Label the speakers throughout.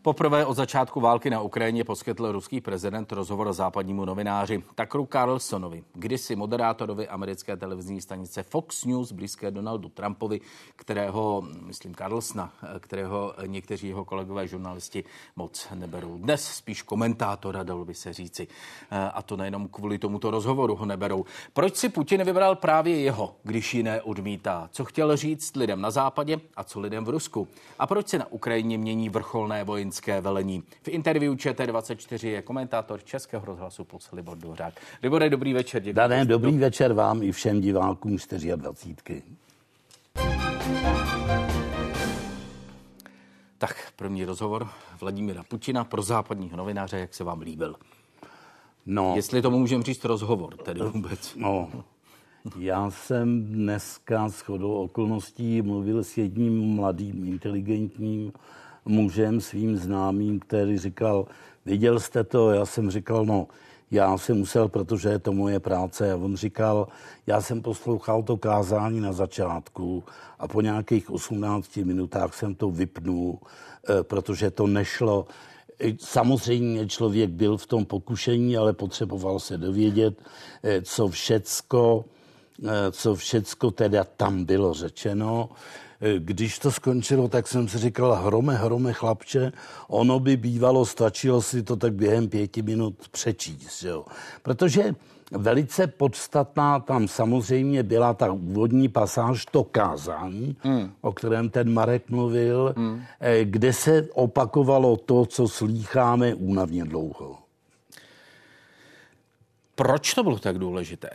Speaker 1: Poprvé od začátku války na Ukrajině poskytl ruský prezident rozhovor západnímu novináři Tuckeru Carlsonovi, kdysi moderátorovi americké televizní stanice Fox News, blízké Donaldu Trumpovi, kterého někteří jeho kolegové žurnalisti moc neberou. Dnes spíš komentátora, dalo by se říci. A to nejenom kvůli tomuto rozhovoru ho neberou. Proč si Putin vybral právě jeho, když jiné odmítá? Co chtěl říct lidem na západě a co lidem v Rusku? A proč se na Ukrajině mění vrcholné vojenské velení? V interview ČT24 je komentátor Českého rozhlasu Plus Libor Dvořák. Libore, dobrý večer.
Speaker 2: Dobrý večer vám i všem divákům 24.
Speaker 1: Tak, první rozhovor Vladimíra Putina pro západního novináře, jak se vám líbil?
Speaker 2: No,
Speaker 1: jestli tomu můžeme říct rozhovor, tedy vůbec.
Speaker 2: No, já jsem dneska shodou okolností mluvil s jedním mladým, inteligentním mužem, svým známým, který říkal, viděl jste to? Já jsem říkal, no, já jsem musel, protože je to moje práce. A on říkal, já jsem poslouchal to kázání na začátku a po nějakých 18 minutách jsem to vypnul, protože to nešlo. Samozřejmě člověk byl v tom pokušení, ale potřeboval se dovědět, co všecko teda tam bylo řečeno. Když to skončilo, tak jsem si říkal, hrome chlapče, ono by bývalo, stačilo si to tak během 5 minut přečíst. Jo? Protože velice podstatná tam samozřejmě byla ta úvodní pasáž, to kázání, o kterém ten Marek mluvil, kde se opakovalo to, co slýcháme únavně dlouho.
Speaker 1: Proč to bylo tak důležité?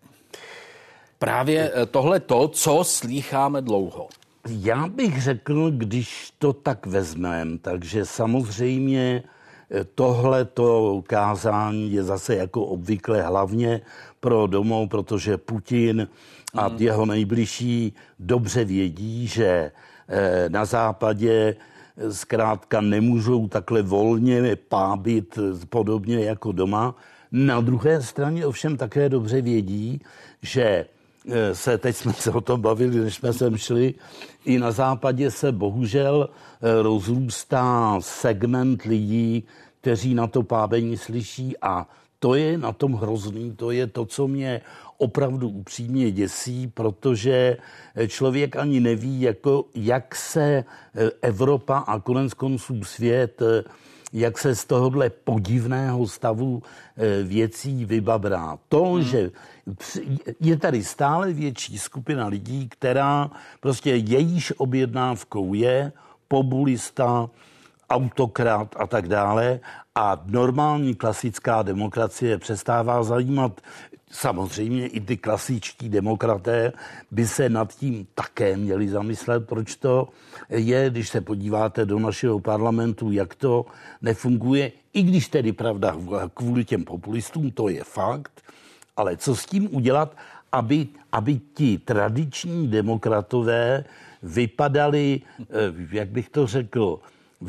Speaker 1: Právě tohle to, co slýcháme dlouho.
Speaker 2: Já bych řekl, když to tak vezmeme, takže samozřejmě tohleto kázání je zase jako obvykle hlavně pro domov, protože Putin a jeho nejbližší dobře vědí, že na západě zkrátka nemůžou takhle volně pábit podobně jako doma. Na druhé straně ovšem také dobře vědí, že teď jsme se o tom bavili, než jsme sem šli, i na západě se bohužel rozrůstá segment lidí, kteří na to pábení slyší a to je na tom hrozný, to je to, co mě opravdu upřímně děsí, protože člověk ani neví, jak se Evropa a konec konců svět, jak se z tohohle podivného stavu věcí vybabrá. To, že je tady stále větší skupina lidí, která prostě jejíž objednávkou je populista, autokrat a tak dále a normální klasická demokracie přestává zajímat. Samozřejmě i ty klasičtí demokraté by se nad tím také měli zamyslet, proč to je, když se podíváte do našeho parlamentu, jak to nefunguje, i když tedy pravda kvůli těm populistům, to je fakt, ale co s tím udělat, aby ti tradiční demokratové vypadali, jak bych to řekl,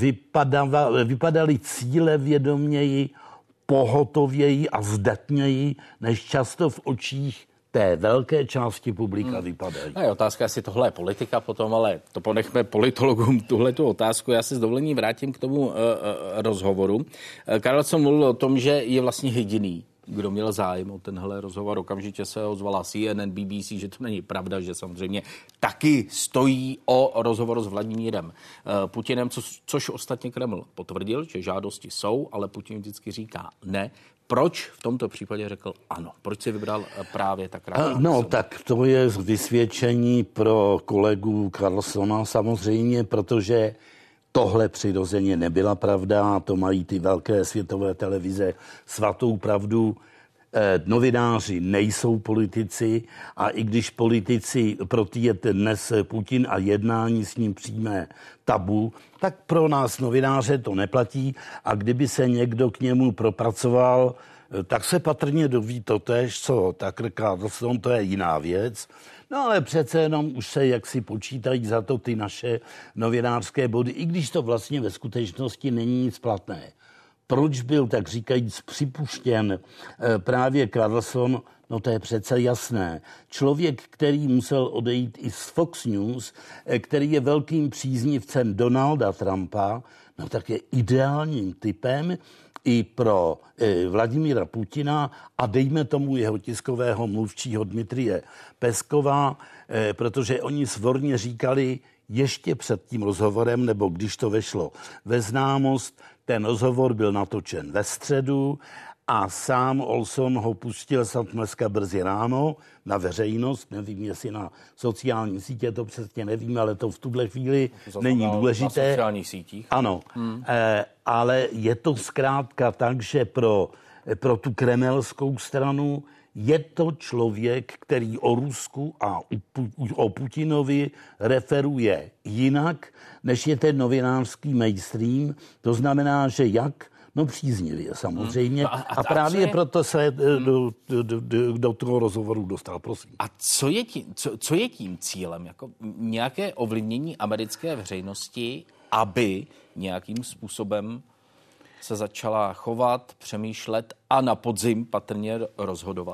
Speaker 2: vypadali cílevědoměji, pohotověji a zdatněji, než často v očích té velké části publika vypadají.
Speaker 1: Je otázka, jestli tohle je politika potom, ale to ponechme politologům tuhletu otázku. Já se s dovolením vrátím k tomu rozhovoru. Carlson mluvil o tom, že je vlastně jediný, kdo měl zájem o tenhle rozhovor. Okamžitě se ozvala CNN, BBC, že to není pravda, že samozřejmě taky stojí o rozhovor s Vladimírem Putinem, což ostatně Kreml potvrdil, že žádosti jsou, ale Putin vždycky říká ne. Proč v tomto případě řekl ano? Proč si vybral právě tak rád?
Speaker 2: No, tak to je vysvědčení pro kolegu Carlsona samozřejmě, protože tohle přirozeně nebyla pravda, a to mají ty velké světové televize svatou pravdu. Novináři nejsou politici a i když politici, pro ty je dnes Putin a jednání s ním přímé tabu, tak pro nás novináře to neplatí a kdyby se někdo k němu propracoval, tak se patrně doví totéž, co Tucker Carlson, to je jiná věc. No ale přece jenom už se jaksi počítají za to ty naše novinářské body, i když to vlastně ve skutečnosti není nic platné. Proč byl, tak říkajíc, připuštěn právě Carlson? No to je přece jasné. Člověk, který musel odejít i z Fox News, který je velkým příznivcem Donalda Trumpa, no tak je ideálním typem i pro Vladimíra Putina a dejme tomu jeho tiskového mluvčího Dmitrije Peskova, protože oni svorně říkali ještě před tím rozhovorem, nebo když to vešlo ve známost, ten rozhovor byl natočen ve středu a sám Olson ho pustil dneska brzy ráno na veřejnost, nevím, jestli na sociální sítě, to přesně nevím, ale to v tuhle chvíli není důležité.
Speaker 1: Na sociálních sítích.
Speaker 2: Ano, ale je to zkrátka tak, že pro tu kremelskou stranu je to člověk, který o Rusku a o Putinovi referuje jinak, než je ten novinářský mainstream. To znamená, že jak? No příznivě samozřejmě. A právě proto se do toho rozhovoru dostal, prosím.
Speaker 1: A co je tím cílem? Jako nějaké ovlivnění americké veřejnosti, aby nějakým způsobem se začala chovat, přemýšlet a na podzim patrně rozhodovat?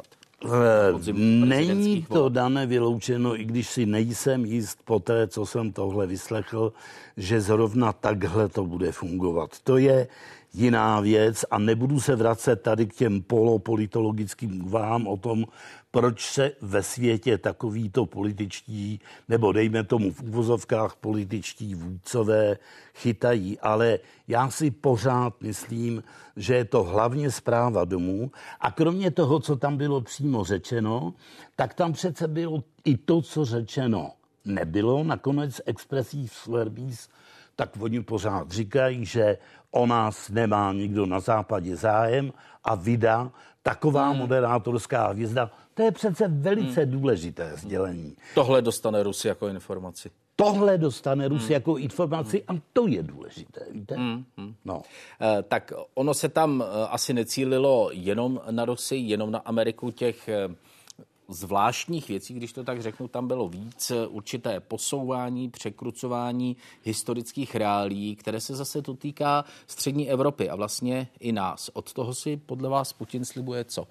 Speaker 2: Není to dané vyloučeno, i když si nejsem jist po té, co jsem tohle vyslechl, že zrovna takhle to bude fungovat. To je jiná věc a nebudu se vracet tady k těm polopolitologickým úvahám o tom, proč se ve světě takovýto političtí, nebo dejme tomu v uvozovkách političtí vůdcové chytají, ale já si pořád myslím, že je to hlavně zpráva domů a kromě toho, co tam bylo přímo řečeno, tak tam přece bylo i to, co řečeno nebylo. Nakonec expressis verbis, tak oni pořád říkají, že o nás nemá nikdo na západě zájem a vydá taková moderátorská hvězda. To je přece velice důležité sdělení.
Speaker 1: Tohle dostane Rus jako informaci.
Speaker 2: Tohle dostane Rus jako informaci a to je důležité, víte? No.
Speaker 1: Tak ono se tam asi necílilo jenom na Rusy, jenom na Ameriku, těch zvláštních věcí, když to tak řeknu, tam bylo víc, určité posouvání, překrucování historických reálií, které se zase dotýká střední Evropy a vlastně i nás. Od toho si podle vás Putin slibuje co?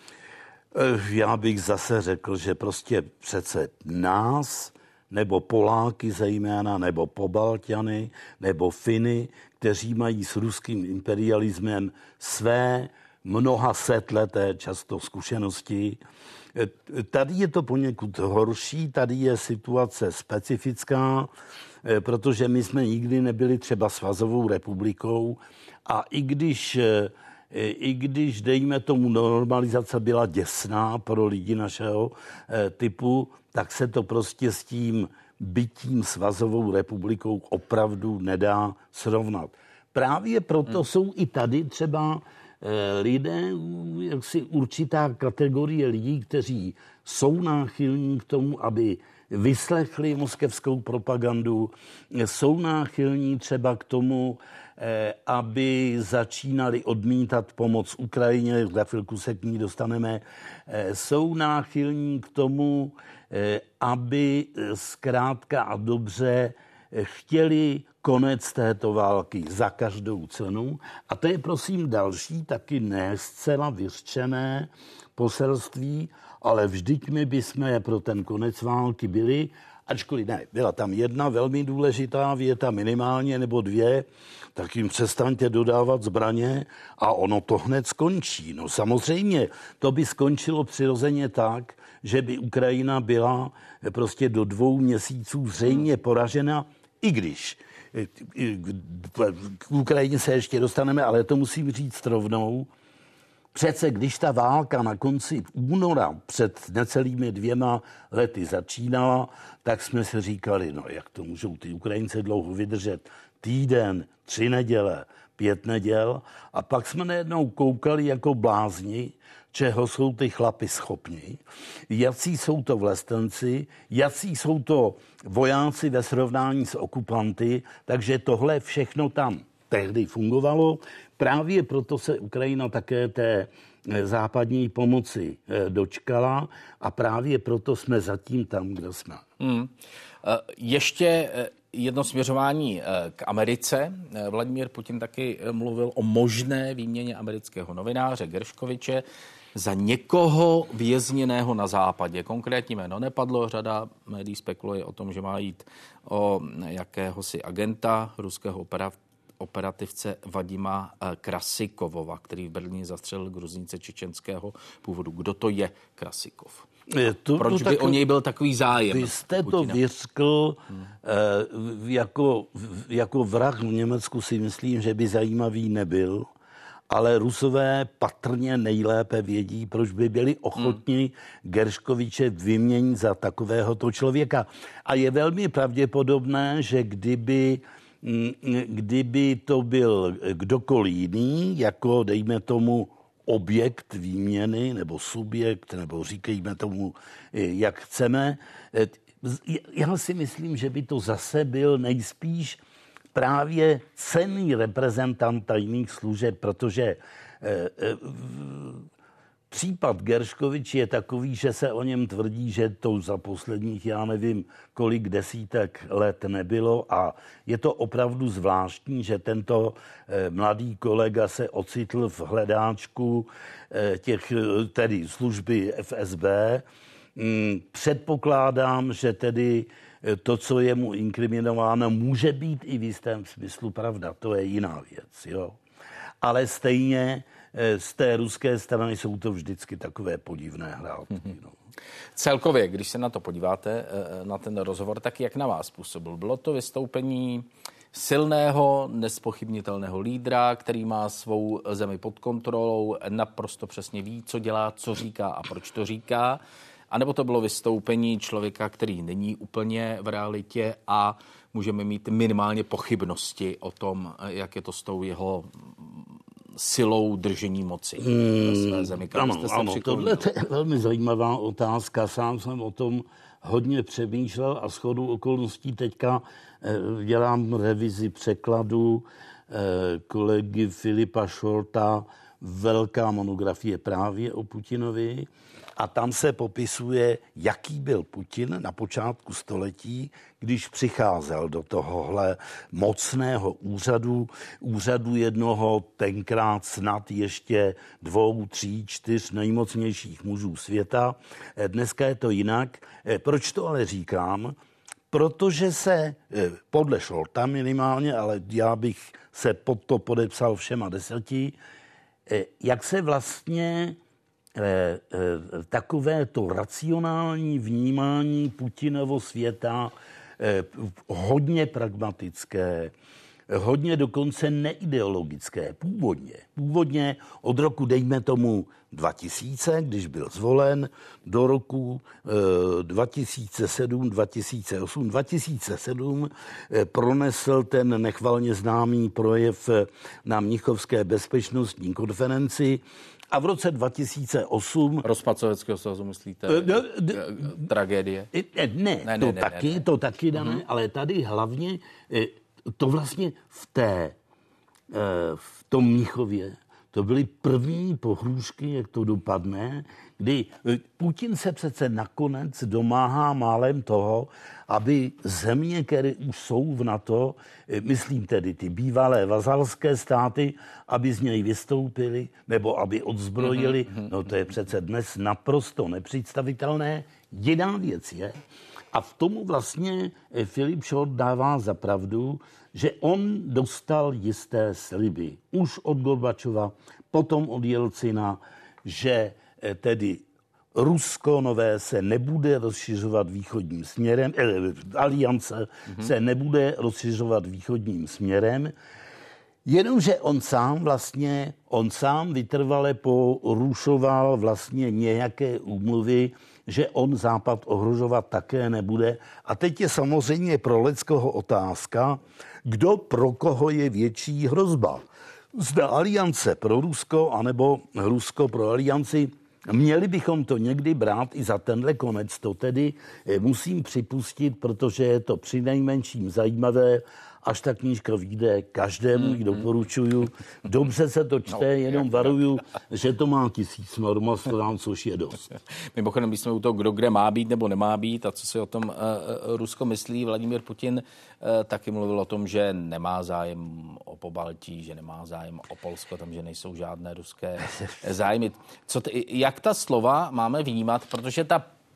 Speaker 2: Já bych zase řekl, že prostě přece nás, nebo Poláky zejména, nebo Pobalťany, nebo Finy, kteří mají s ruským imperialismem své mnoha setleté často zkušenosti. Tady je to poněkud horší, tady je situace specifická, protože my jsme nikdy nebyli třeba svazovou republikou a i když dejme tomu normalizace byla děsná pro lidi našeho typu, tak se to prostě s tím bytím svazovou republikou opravdu nedá srovnat. Právě proto jsou i tady třeba lidé, jaksi určitá kategorie lidí, kteří jsou náchylní k tomu, aby vyslechli moskevskou propagandu, jsou náchylní třeba k tomu, aby začínali odmítat pomoc Ukrajině, za chvilku se k ní dostaneme, jsou náchylní k tomu, aby zkrátka a dobře chtěli konec této války za každou cenu. A to je prosím další, taky ne zcela vyřčené poselství, ale vždyť my bychom pro ten konec války byli, ačkoliv ne, byla tam jedna velmi důležitá věta, minimálně nebo dvě, tak jim přestaňte dodávat zbraně a ono to hned skončí. No samozřejmě, to by skončilo přirozeně tak, že by Ukrajina byla prostě do 2 měsíců zřejmě poražena, i když k Ukrajině se ještě dostaneme, ale to musím říct rovnou. Přece když ta válka na konci února před necelými 2 lety začínala, tak jsme si říkali, no jak to můžou ty Ukrajince dlouho vydržet? Týden, 3 neděle, 5 neděl. A pak jsme najednou koukali jako blázni, čeho jsou ty chlapi schopni, jací jsou to vlastenci, jací jsou to vojáci ve srovnání s okupanty, takže tohle všechno tam tehdy fungovalo. Právě proto se Ukrajina také té západní pomoci dočkala a právě proto jsme zatím tam, kde jsme.
Speaker 1: Ještě jedno směřování k Americe. Vladimír Putin taky mluvil o možné výměně amerického novináře Gerškoviče za někoho vězněného na západě. Konkrétní jméno nepadlo, řada médií spekuluje o tom, že má jít o jakéhosi agenta ruského operativce Vadima Krasikovova, který v Berlíně zastřelil Gruzínce čečenského původu. Kdo to je Krasikov? Proč by o něj byl takový zájem?
Speaker 2: Vy jste to vyřkl jako vrah v Německu, si myslím, že by zajímavý nebyl, ale Rusové patrně nejlépe vědí, proč by byli ochotni Gerškoviče vyměnit za takovéhoto člověka. A je velmi pravděpodobné, že kdyby to byl kdokoliv jiný, jako dejme tomu objekt výměny, nebo subjekt, nebo říkejme tomu, jak chceme. Já si myslím, že by to zase byl nejspíš právě cenný reprezentant tajných služeb, protože případ Gerškovič je takový, že se o něm tvrdí, že to za posledních, já nevím, kolik desítek let nebylo a je to opravdu zvláštní, že tento mladý kolega se ocitl v hledáčku tedy služby FSB. Předpokládám, že tedy to, co je mu inkriminováno, může být i v jistém smyslu pravda. To je jiná věc, jo. Ale stejně z té ruské strany jsou to vždycky takové podivné hrátky. No.
Speaker 1: Celkově, když se na to podíváte, na ten rozhovor, tak jak na vás působil? Bylo to vystoupení silného, nespochybnitelného lídra, který má svou zemi pod kontrolou, naprosto přesně ví, co dělá, co říká a proč to říká? A nebo to bylo vystoupení člověka, který není úplně v realitě a můžeme mít minimálně pochybnosti o tom, jak je to s tou jeho silou držení moci ve své zemi.
Speaker 2: Ano, tohle je velmi zajímavá otázka. Sám jsem o tom hodně přemýšlel a shodou okolností teďka dělám revizi překladu kolegy Filipa Šolta, velká monografie právě o Putinovi. A tam se popisuje, jaký byl Putin na počátku století, když přicházel do tohohle mocného úřadu jednoho tenkrát snad ještě 2, 3, 4 nejmocnějších mužů světa. Dneska je to jinak. Proč to ale říkám? Protože se, podle Šolta minimálně, ale já bych se pod to podepsal všema 10, jak se vlastně takové to racionální vnímání Putinovo světa, hodně pragmatické, hodně dokonce neideologické, původně od roku, dejme tomu 2000, když byl zvolen, do roku 2007, 2008. 2007 pronesl ten nechvalně známý projev na Mnichovské bezpečnostní konferenci, a v roce 2008...
Speaker 1: Rozpad Sovětského svazu, myslíte? Tragédie?
Speaker 2: Ne, to taky, Dané, ale tady hlavně to vlastně v tom Mnichově to byly první pohrůžky, jak to dopadne, kdy Putin se přece nakonec domáhá málem toho, aby země, které už jsou v NATO, myslím tedy ty bývalé vazalské státy, aby z něj vystoupili nebo aby odzbrojili. No to je přece dnes naprosto nepředstavitelné. Jiná věc je, a v tomu vlastně Filip Šort dává za pravdu, že on dostal jisté sliby. Už od Gorbačova, potom od Jelcina, že tedy Rusko nové se nebude rozšiřovat východním směrem, aliance se nebude rozšiřovat východním směrem, jenomže on sám vytrvale porušoval vlastně nějaké úmluvy, že on Západ ohrožovat také nebude. A teď je samozřejmě pro Leckoho otázka, kdo pro koho je větší hrozba. Zda aliance pro Rusko, anebo Rusko pro alianci. Měli bychom to někdy brát i za tenhle konec. To tedy musím připustit, protože je to přinejmenším zajímavé, až ta knížka vyjde každému, doporučuju. Dobře se to čte, jenom varuju, že to má 1000 normostran, což je dost.
Speaker 1: Mimochodem, když jsme u toho, kdo kde má být nebo nemá být a co si o tom Rusko myslí, Vladimír Putin taky mluvil o tom, že nemá zájem o Pobaltí, že nemá zájem o Polsko, tam, že nejsou žádné ruské zájmy. Jak ta slova máme vnímat, protože ta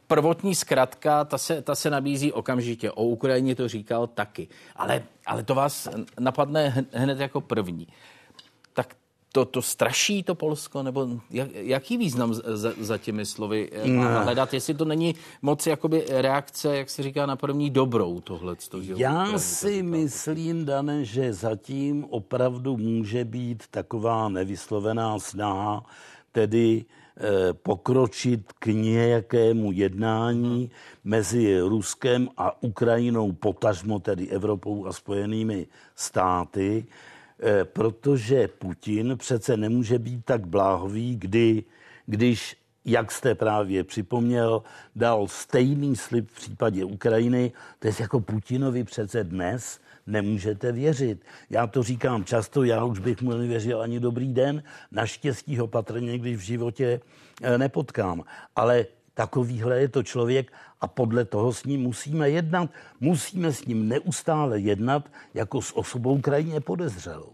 Speaker 1: prvotní zkratka, ta se nabízí okamžitě. O Ukrajině to říkal taky. Ale to vás napadne hned jako první. Tak to straší to Polsko? Nebo jaký význam za těmi slovy hledat? Jestli to není moc jakoby reakce, jak se říká, na první dobrou tohleto.
Speaker 2: Já si myslím, Dane, že zatím opravdu může být taková nevyslovená snaha, tedy pokročit k nějakému jednání mezi Ruskem a Ukrajinou, potažmo tedy Evropou a Spojenými státy, protože Putin přece nemůže být tak bláhový, když, jak jste právě připomněl, dal stejný slib v případě Ukrajiny. To je jako Putinovi přece dnes nemůžete věřit. Já to říkám často, já už bych mu nevěřil ani dobrý den. Naštěstí ho patrně když v životě nepotkám. Ale takovýhle je to člověk a podle toho s ním musíme jednat. Musíme s ním neustále jednat jako s osobou krajně podezřelou.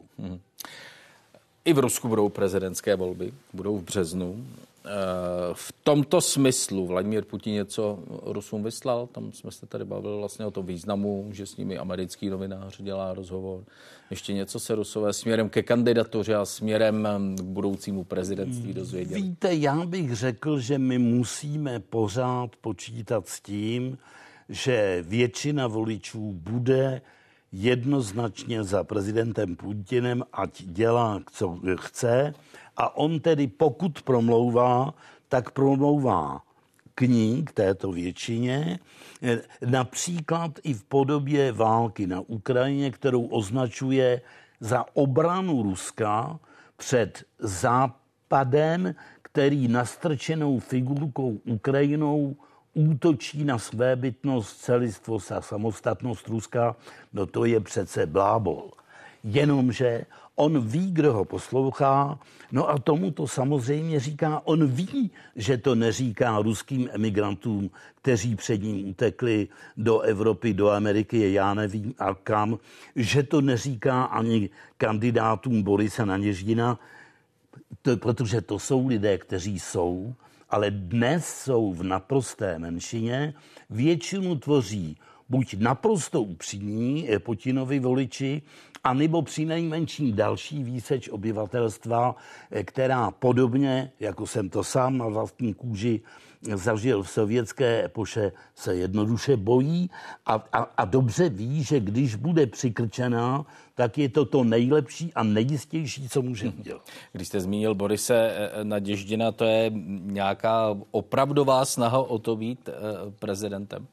Speaker 1: I v Rusku budou prezidentské volby, budou v březnu. V tomto smyslu Vladimír Putin něco Rusům vyslal, tam jsme se tady bavili vlastně o tom významu, že s nimi americký novinář dělá rozhovor. Ještě něco se Rusové směrem ke kandidatuře a směrem k budoucímu prezidentství dozvěděli.
Speaker 2: Víte, já bych řekl, že my musíme pořád počítat s tím, že většina voličů bude jednoznačně za prezidentem Putinem, ať dělá, co chce. A on tedy, pokud promlouvá, tak promlouvá k ní, k této většině, například i v podobě války na Ukrajině, kterou označuje za obranu Ruska před Západem, který nastrčenou figurkou Ukrajinou útočí na svébytnost, celistvost a samostatnost Ruska. No to je přece blábol. Jenomže on ví, kdo ho poslouchá, no a tomu to samozřejmě říká. On ví, že to neříká ruským emigrantům, kteří před ním utekli do Evropy, do Ameriky, já nevím a kam, že to neříká ani kandidátům Borise Naděždina, protože to jsou lidé, kteří jsou, ale dnes jsou v naprosté menšině, většinu tvoří buď naprosto upřímní Putinovi voliči, anebo přinejmenším další výseč obyvatelstva, která podobně, jako jsem to sám na vlastní kůži zažil v sovětské epoše, se jednoduše bojí a dobře ví, že když bude přikrčená, tak je to to nejlepší a nejistější, co může udělat.
Speaker 1: Když jste zmínil Borise Naděždina, to je nějaká opravdová snaha o to být prezidentem?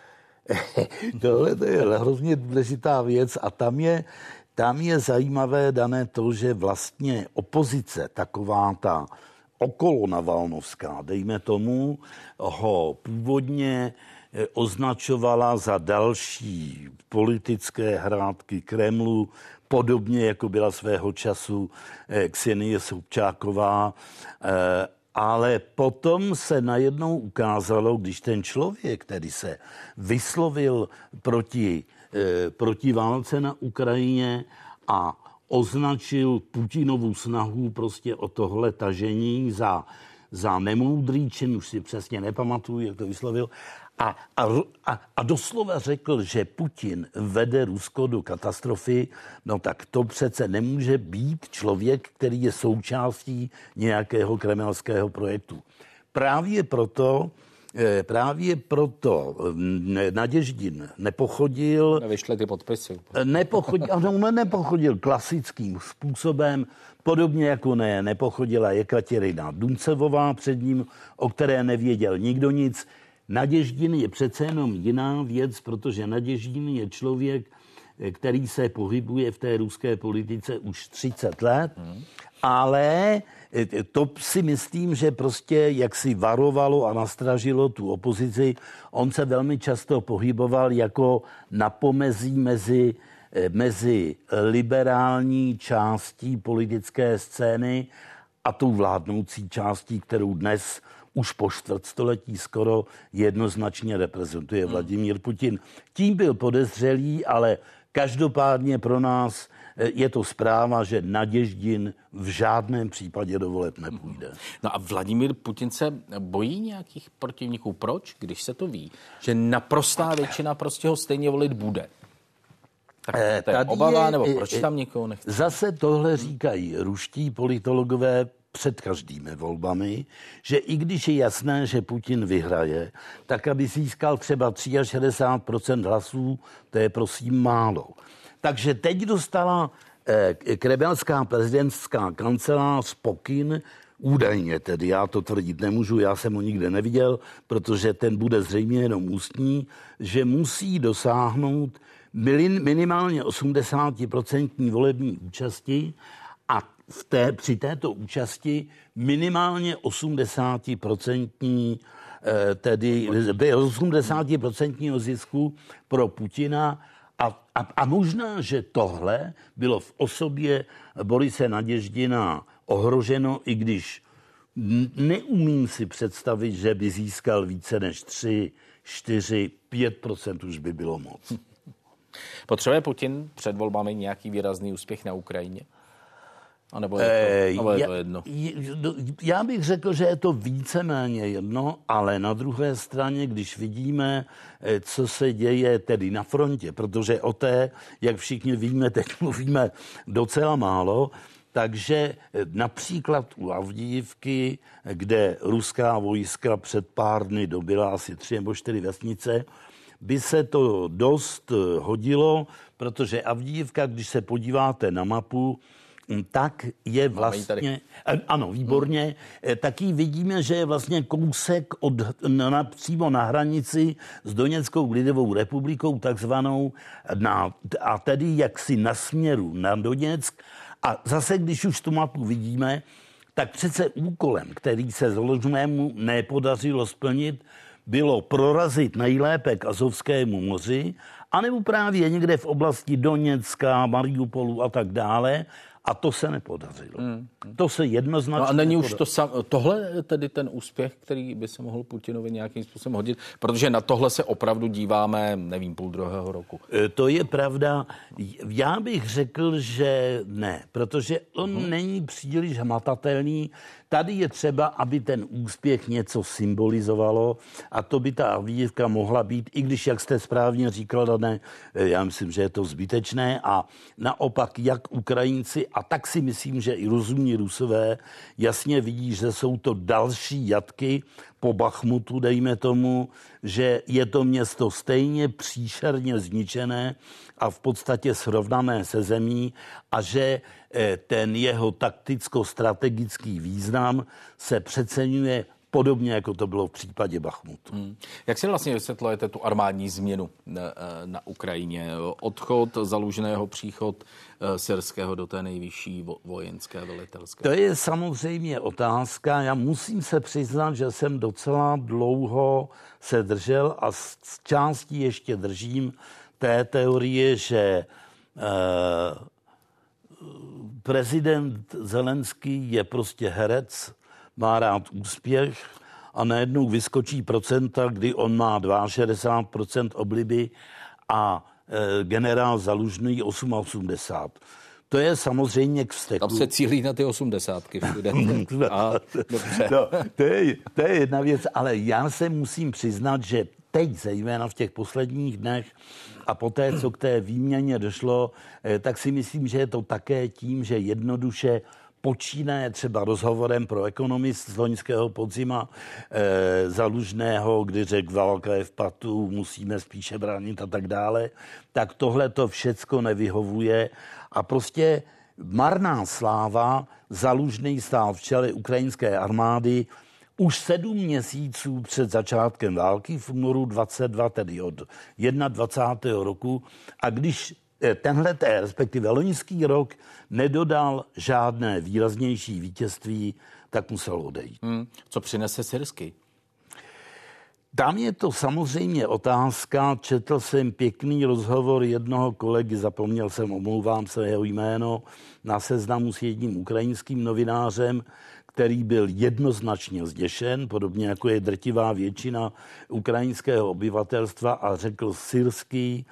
Speaker 2: Tohle to je hrozně důležitá věc a tam je zajímavé, Dané, to, že vlastně opozice, taková ta okolonavalnovská, dejme tomu, ho původně označovala za další politické hrátky Kremlu, podobně jako byla svého času Ksenie Sobčáková, ale potom se najednou ukázalo, když ten člověk, který se vyslovil proti válce na Ukrajině a označil Putinovu snahu prostě o tohle tažení za nemoudrý čin, už si přesně nepamatuju, jak to vyslovil, a doslova řekl, že Putin vede Rusko do katastrofy, no tak to přece nemůže být člověk, který je součástí nějakého kremelského projektu. Právě proto Naděždin nepochodil.
Speaker 1: Nevyšly ty podpisy.
Speaker 2: Nepochodil klasickým způsobem, podobně jako nepochodila Jekatěrina Duncevová před ním, o které nevěděl nikdo nic. Naděždin je přece jenom jiná věc, protože Naděždin je člověk, který se pohybuje v té ruské politice už 30 let, ale to si myslím, že prostě jak si varovalo a nastražilo tu opozici. On se velmi často pohyboval jako na pomezí mezi liberální částí politické scény a tou vládnoucí částí, kterou dnes už po čtvrtstoletí skoro jednoznačně reprezentuje Vladimír Putin. Tím byl podezřelý, ale každopádně pro nás je to zpráva, že Naděždin v žádném případě do voleb nepůjde.
Speaker 1: No a Vladimír Putin se bojí nějakých protivníků. Proč? Když se to ví, že naprostá většina prostě ho stejně volit bude. Tak to je obava, nebo proč tam někoho nechce?
Speaker 2: Zase tohle říkají ruští politologové před každými volbami, že i když je jasné, že Putin vyhraje, tak aby získal třeba 63% hlasů, to je prosím málo. Takže teď dostala kremelská prezidentská kancelář pokyn, údajně tedy, já to tvrdit nemůžu, já jsem ho nikde neviděl, protože ten bude zřejmě jenom ústní, že musí dosáhnout minimálně 80% volební účasti a při této účasti minimálně 80% tedy 80% zisku pro Putina a možná, že tohle bylo v osobě Borise Naděždina ohroženo, i když neumím si představit, že by získal více než 3, 4, 5% už by bylo moc.
Speaker 1: Potřebuje Putin před volbami nějaký výrazný úspěch na Ukrajině? A nebo je to jedno?
Speaker 2: Já bych řekl, že je to víceméně jedno, ale na druhé straně, když vidíme, co se děje tedy na frontě, protože o té, jak všichni víme, teď mluvíme docela málo, takže například u Avdijivky, kde ruská vojska před pár dny dobyla asi 3 nebo 4 vesnice, by se to dost hodilo, protože Avdijivka, když se podíváte na mapu, tak je vlastně, ano, výborně, taky vidíme, že je vlastně kousek přímo na hranici s Doněckou lidovou republikou, takzvanou, a tedy jaksi na směru na Doněck. A zase, když už tu mapu vidíme, tak přece úkolem, který se Založnému nepodařilo splnit, bylo prorazit nejlépe k Azovskému moři, anebo právě někde v oblasti Doněcka, Mariupolu a tak dále. A to se nepodařilo. To se jednoznačně
Speaker 1: No a není už tohle tedy ten úspěch, který by se mohl Putinovi nějakým způsobem hodit? Protože na tohle se opravdu díváme, nevím, 1,5 roku.
Speaker 2: To je pravda. Já bych řekl, že ne, protože on není příliš hmatatelný. Tady je třeba, aby ten úspěch něco symbolizovalo a to by ta Avdijivka mohla být, i když, jak jste správně říkal, Dané, já myslím, že je to zbytečné a naopak jak Ukrajinci, a tak si myslím, že i rozumní Rusové jasně vidí, že jsou to další jatky po Bachmutu, dejme tomu, že je to město stejně příšerně zničené a v podstatě srovnané se zemí a že ten jeho takticko-strategický význam se přeceňuje podobně, jako to bylo v případě Bachmutu.
Speaker 1: Jak si vlastně vysvětlujete tu armádní změnu na Ukrajině? Odchod Zalužného, příchod Syrského do té nejvyšší vojenské velitelské?
Speaker 2: To je samozřejmě otázka. Já musím se přiznat, že jsem docela dlouho se držel a z části ještě držím té teorie, že prezident Zelenský je prostě herec, má rád úspěch a najednou vyskočí procenta, kdy on má 62% obliby a generál Zalužný 88%. To je samozřejmě k vzteku.
Speaker 1: Tam se cílí na ty 80.
Speaker 2: No, to je jedna věc, ale já se musím přiznat, že teď, zejména v těch posledních dnech a poté, co k té výměně došlo, tak si myslím, že je to také tím, že jednoduše počínaje třeba rozhovorem pro Economist z loňského podzima Zalužného, kdy řekl, válka je v patu, musíme spíše bránit a tak dále, tak tohle to všecko nevyhovuje a prostě marná sláva. Zalužný stál v čele ukrajinské armády už 7 měsíců před začátkem války v únoru 22, tedy od 21. roku. A když respektive loňský rok nedodal žádné výraznější vítězství, tak musel odejít.
Speaker 1: Co přinese Syrský?
Speaker 2: Tam je to samozřejmě otázka. Četl jsem pěkný rozhovor jednoho kolegy, zapomněl jsem, omlouvám se jeho jméno, na Seznamu s jedním ukrajinským novinářem, který byl jednoznačně zděšen, podobně jako je drtivá většina ukrajinského obyvatelstva, a řekl, Syrský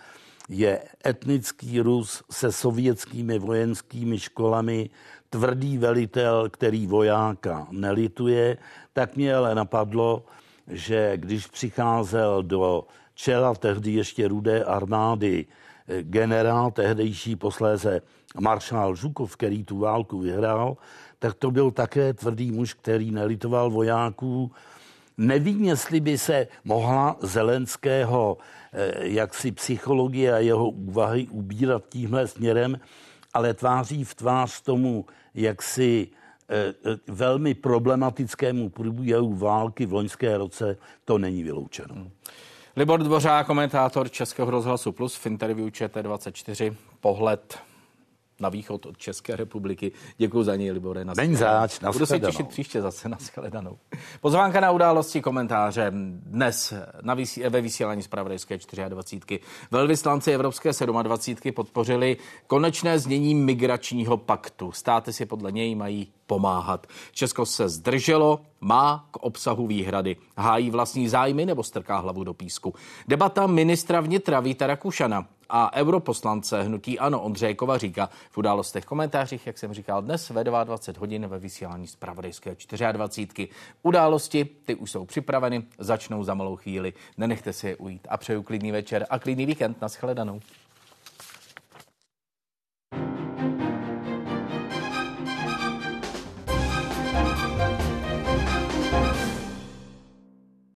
Speaker 2: je etnický Rus se sovětskými vojenskými školami, tvrdý velitel, který vojáka nelituje, tak mě ale napadlo, že když přicházel do čela tehdy ještě Rudé armády generál, tehdejší posléze maršál Žukov, který tu válku vyhrál, tak to byl také tvrdý muž, který nelitoval vojáků. Nevím, jestli by se mohla Zelenského jaksi psychologie a jeho úvahy ubírat tímhle směrem, ale tváří v tvář tomu jaksi velmi problematickému průběhu války v loňské roce, to není vyloučeno.
Speaker 1: Libor Dvořák, komentátor Českého rozhlasu Plus v interview ČT24, pohled na východ od České republiky. Děkuji za něj, Libore. Budu se těšit příště zase. Nashledanou. Pozvánka na události, komentáře dnes ve vysílání zpravodajské 24. Velvyslanci Evropské 27 podpořili konečné znění migračního paktu. Státy si podle něj mají pomáhat. Česko se zdrželo, má k obsahu výhrady. Hájí vlastní zájmy nebo strká hlavu do písku. Debata ministra vnitra Víta Rakušana a europoslance hnutí ANO Ondřeje Kovaříka v událostech komentářích, jak jsem říkal, dnes ve 22 hodin ve vysílání zpravodajské 24. Události, ty už jsou připraveny, začnou za malou chvíli. Nenechte si je ujít a přeju klidný večer a klidný víkend. Nashledanou.